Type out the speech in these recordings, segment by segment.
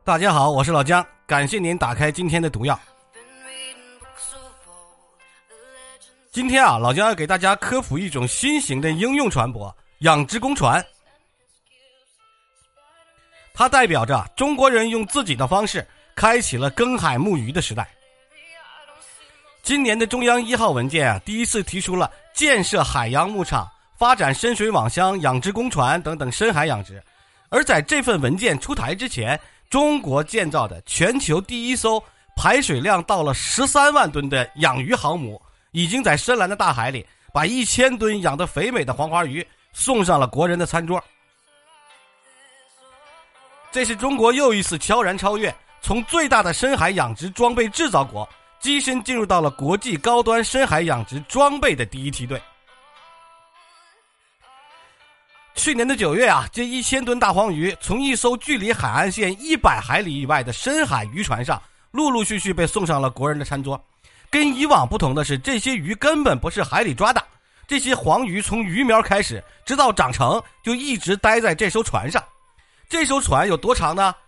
大家好，我是老姜，感谢您打开今天的毒药。今天老姜要给大家科普一种新型的应用船舶——养殖公船。它代表着中国人用自己的方式开启了耕海牧渔的时代。今年的中央1号文件第一次提出了建设海洋牧场、发展深水网箱、养殖公船等等深海养殖。而在这份文件出台之前，中国建造的全球第一艘排水量到了13万吨的养鱼航母，已经在深蓝的大海里把1000吨养得肥美的黄花鱼送上了国人的餐桌。这是中国又一次悄然超越，从最大的深海养殖装备制造国跻身进入到了国际高端深海养殖装备的第一梯队。去年的9月这1000吨大黄鱼从一艘距离海岸线100海里以外的深海渔船上陆陆续续被送上了国人的餐桌。跟以往不同的是，这些鱼根本不是海里抓的，这些黄鱼从鱼苗开始直到长成就一直待在这艘船上。这艘船有多长呢？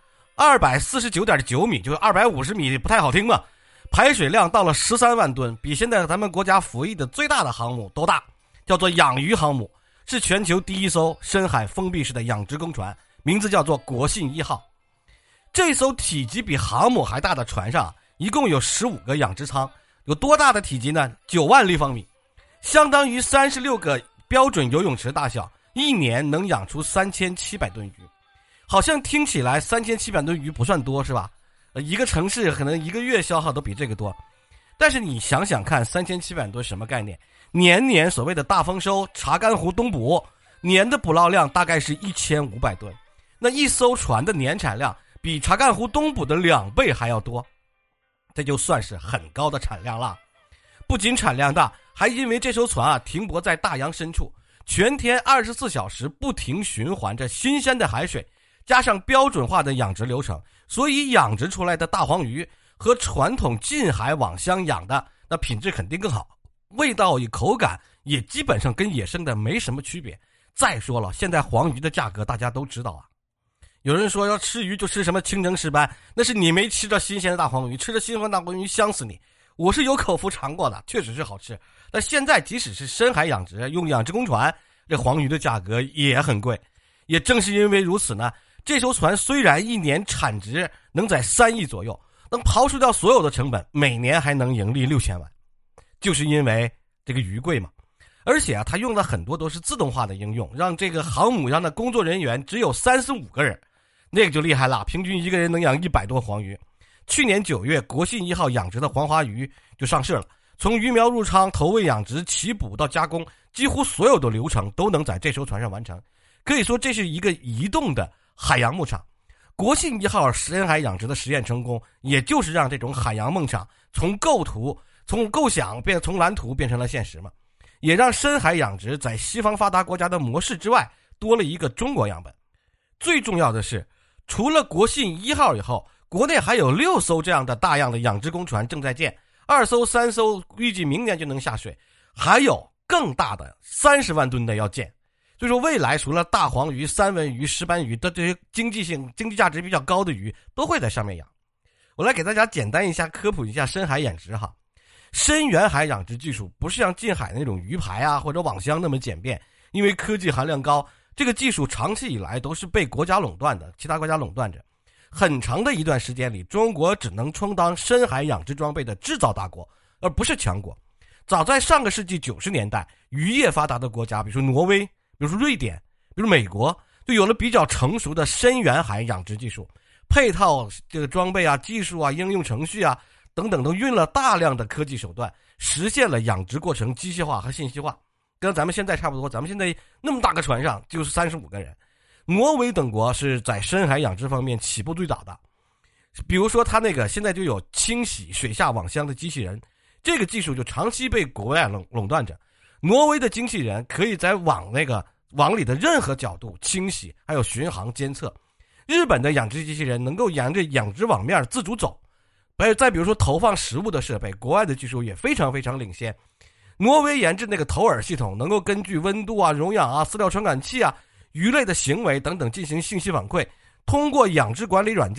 249.9 米，就是250米，不太好听嘛。排水量到了13万吨，比现在咱们国家服役的最大的航母都大，叫做养鱼航母，是全球第一艘深海封闭式的养殖公船，名字叫做国信1号。这艘体积比航母还大的船上一共有15个养殖舱，有多大的体积呢？9万立方米，相当于36个标准游泳池大小，一年能养出3700吨鱼。好像听起来3700吨鱼不算多，是吧？一个城市可能一个月消耗都比这个多。但是你想想看，3700吨什么概念？年年所谓的大丰收，查干湖东捕，年的捕捞量大概是1500吨。那一艘船的年产量比查干湖东捕的2倍还要多，这就算是很高的产量了。不仅产量大，还因为这艘船停泊在大洋深处，全天24小时不停循环着新鲜的海水，加上标准化的养殖流程，所以养殖出来的大黄鱼和传统近海网箱养的那品质肯定更好，味道与口感也基本上跟野生的没什么区别。再说了，现在黄鱼的价格大家都知道有人说要吃鱼就吃什么清蒸石斑，那是你没吃到新鲜的大黄鱼，吃了新鲜的大黄鱼香死你。我是有口福尝过的，确实是好吃。但现在即使是深海养殖，用养殖公船，这黄鱼的价格也很贵。也正是因为如此呢，这艘船虽然一年产值能在3亿左右，能刨除掉所有的成本，每年还能盈利6000万，就是因为这个鱼贵嘛。而且它用的很多都是自动化的应用，让这个航母上的工作人员只有35个人，那个就厉害了，平均一个人能养100多黄鱼。去年9月，国信1号养殖的黄花鱼就上市了，从鱼苗入仓、投喂养殖、起捕到加工，几乎所有的流程都能在这艘船上完成。可以说这是一个移动的海洋牧场。国信1号深海养殖的实验成功，也就是让这种海洋梦想从构想从蓝图变成了现实嘛，也让深海养殖在西方发达国家的模式之外多了一个中国样本。最重要的是，除了国信1号以后，国内还有6艘这样的大样的养殖公船正在建，2艘3艘预计明年就能下水，还有更大的30万吨的要建。所以说未来除了大黄鱼、三文鱼、石斑鱼的这些经济价值比较高的鱼都会在上面养。我来给大家简单科普一下深海养殖深远海养殖技术不是像近海的那种鱼排或者网箱那么简便，因为科技含量高，这个技术长期以来都是被国家垄断的，其他国家垄断着。很长的一段时间里，中国只能充当深海养殖装备的制造大国，而不是强国。早在上个世纪90年代，渔业发达的国家，比如说挪威，比如说瑞典，比如美国，就有了比较成熟的深远海养殖技术，配套这个装备技术应用程序等等，都运了大量的科技手段，实现了养殖过程机械化和信息化，跟咱们现在差不多。咱们现在那么大个船上就是35个人。挪威等国是在深海养殖方面起步最早的，比如说他那个现在就有清洗水下网箱的机器人，这个技术就长期被国外垄断着。挪威的机器人可以在网里的任何角度清洗，还有巡航监测。日本的养殖机器人能够沿着养殖网面自主走。再比如说投放食物的设备，国外的技术也非常非常领先。挪威研制那个投饵系统，能够根据温度溶氧饲料传感器鱼类的行为等等进行信息反馈，通过养殖管理软件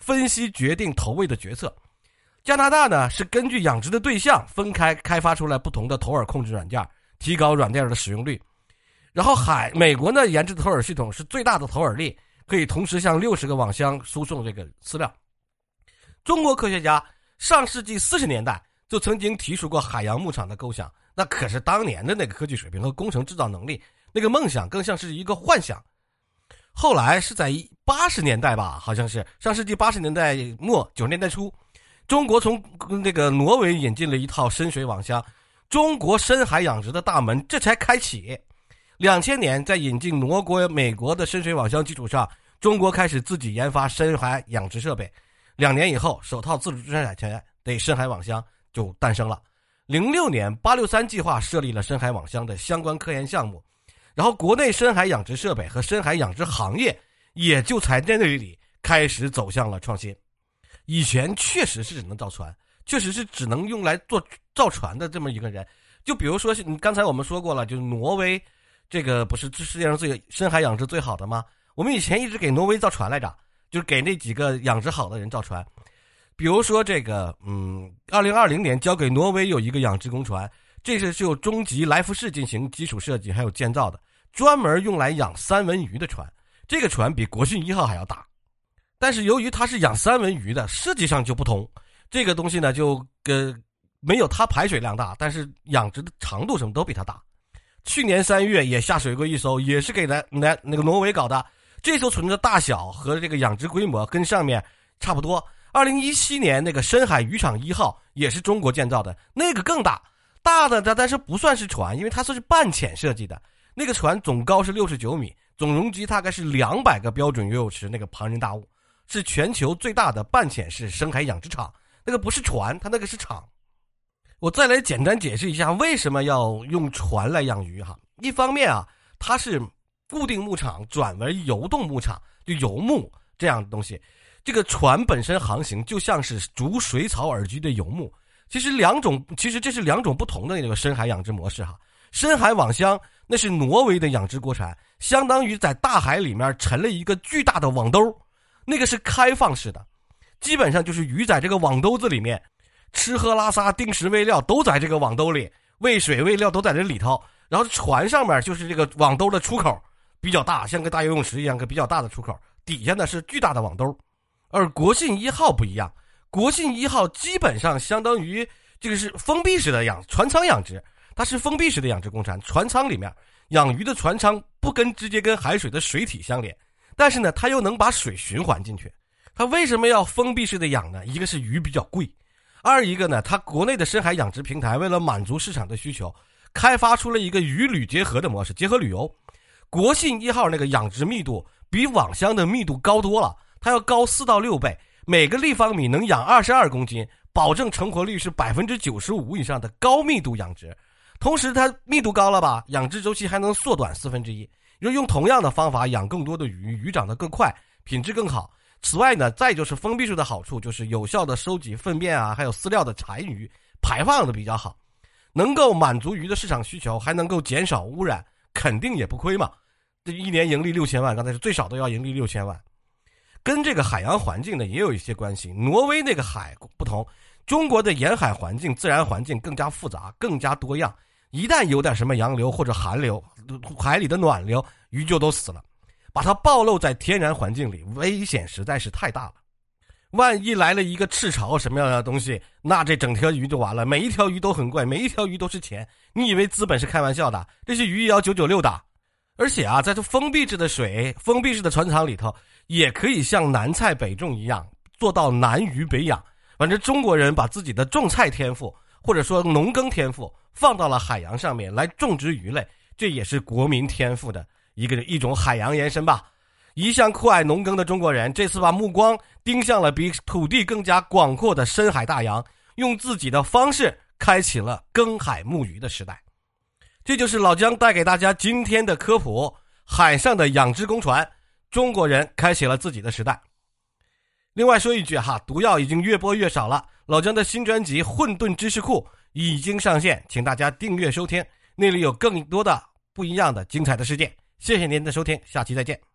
分析决定投喂的决策。加拿大呢是根据养殖的对象分开开发出来不同的投饵控制软件，提高软件的使用率。然后美国呢研制的投饵系统是最大的投饵粒，可以同时向60个网箱输送这个饲料。中国科学家上世纪40年代就曾经提出过海洋牧场的构想，那可是当年的那个科技水平和工程制造能力，那个梦想更像是一个幻想。后来是在80年代吧，好像是上世纪80年代末90年代初，中国从那个挪威引进了一套深水网箱，中国深海养殖的大门这才开启。2000年在引进美国的深水网箱基础上，中国开始自己研发深海养殖设备。2年以后，首套自主生产权的深海网箱就诞生了。06年863计划设立了深海网箱的相关科研项目，然后国内深海养殖设备和深海养殖行业也就在那里开始走向了创新。以前确实是只能造船，确实是只能用来做造船的这么一个人。就比如说刚才我们说过了，就是挪威，这个不是世界上最深海养殖最好的吗？我们以前一直给挪威造船来着，就是给那几个养殖好的人造船。比如说这个2020年交给挪威有一个养殖公船，这是由中级来福士进行基础设计还有建造的，专门用来养三文鱼的船。这个船比国信1号还要大，但是由于它是养三文鱼的，设计上就不同。这个东西呢就没有它排水量大，但是养殖的长度什么都比它大。去年3月也下水过一艘，也是给那个挪威搞的。这艘船的大小和这个养殖规模跟上面差不多。2017年那个深海渔场1号也是中国建造的，那个更大的，但是不算是船，因为它算是半潜设计的。那个船总高是69米，总容积大概是200个标准游泳池，那个庞然大物，是全球最大的半潜式深海养殖场。那个不是船，它那个是场。我再来简单解释一下为什么要用船来养鱼哈。一方面啊，它是固定牧场转为游动牧场，就游牧这样的东西。这个船本身航行就像是逐水草而居的游牧。其实这是两种不同的那个深海养殖模式哈。深海网箱那是挪威的养殖国产，相当于在大海里面沉了一个巨大的网兜，那个是开放式的，基本上就是鱼在这个网兜子里面，吃喝拉撒定时喂料都在这个网兜里，喂水喂料都在这里头。然后船上面就是这个网兜的出口比较大，像个大游泳池一样，个比较大的出口，底下呢是巨大的网兜。而国信1号不一样，国信1号基本上相当于这个是封闭式的船舱养殖，它是封闭式的养殖工厂，船舱里面养鱼的船舱不直接跟海水的水体相连，但是呢它又能把水循环进去。它为什么要封闭式的养呢？一个是鱼比较贵，二一个呢它国内的深海养殖平台为了满足市场的需求，开发出了一个鱼旅结合的模式，结合旅游。国信1号那个养殖密度比网箱的密度高多了，它要高4到6倍，每个立方米能养22公斤，保证成活率是 95% 以上的高密度养殖。同时它密度高了吧，养殖周期还能缩短1/4，用同样的方法养更多的鱼，鱼长得更快，品质更好。此外呢，再就是封闭式的好处就是有效的收集粪便啊，还有饲料的残余，排放的比较好，能够满足鱼的市场需求，还能够减少污染，肯定也不亏嘛。这一年盈利6000万，刚才是最少都要盈利6000万。跟这个海洋环境呢也有一些关系。挪威那个海不同，中国的沿海环境自然环境更加复杂，更加多样，一旦有点什么洋流或者寒流，海里的暖流，鱼就都死了。把它暴露在天然环境里，危险实在是太大了。万一来了一个赤潮什么样的东西，那这整条鱼就完了。每一条鱼都很贵，每一条鱼都是钱。你以为资本是开玩笑的？这些鱼也要996的。而且啊，在这封闭式的水、封闭式的船舱里头，也可以像南菜北种一样，做到南鱼北养。反正中国人把自己的种菜天赋，或者说农耕天赋，放到了海洋上面来种植鱼类，这也是国民天赋的一种海洋延伸吧。一向酷爱农耕的中国人，这次把目光盯向了比土地更加广阔的深海大洋，用自己的方式开启了耕海牧渔的时代。这就是老姜带给大家今天的科普，海上的养殖公船，中国人开启了自己的时代。另外说一句哈，毒药已经越播越少了，老姜的新专辑《混沌知识库》已经上线，请大家订阅收听，那里有更多的不一样的精彩的事件。谢谢您的收听，下期再见。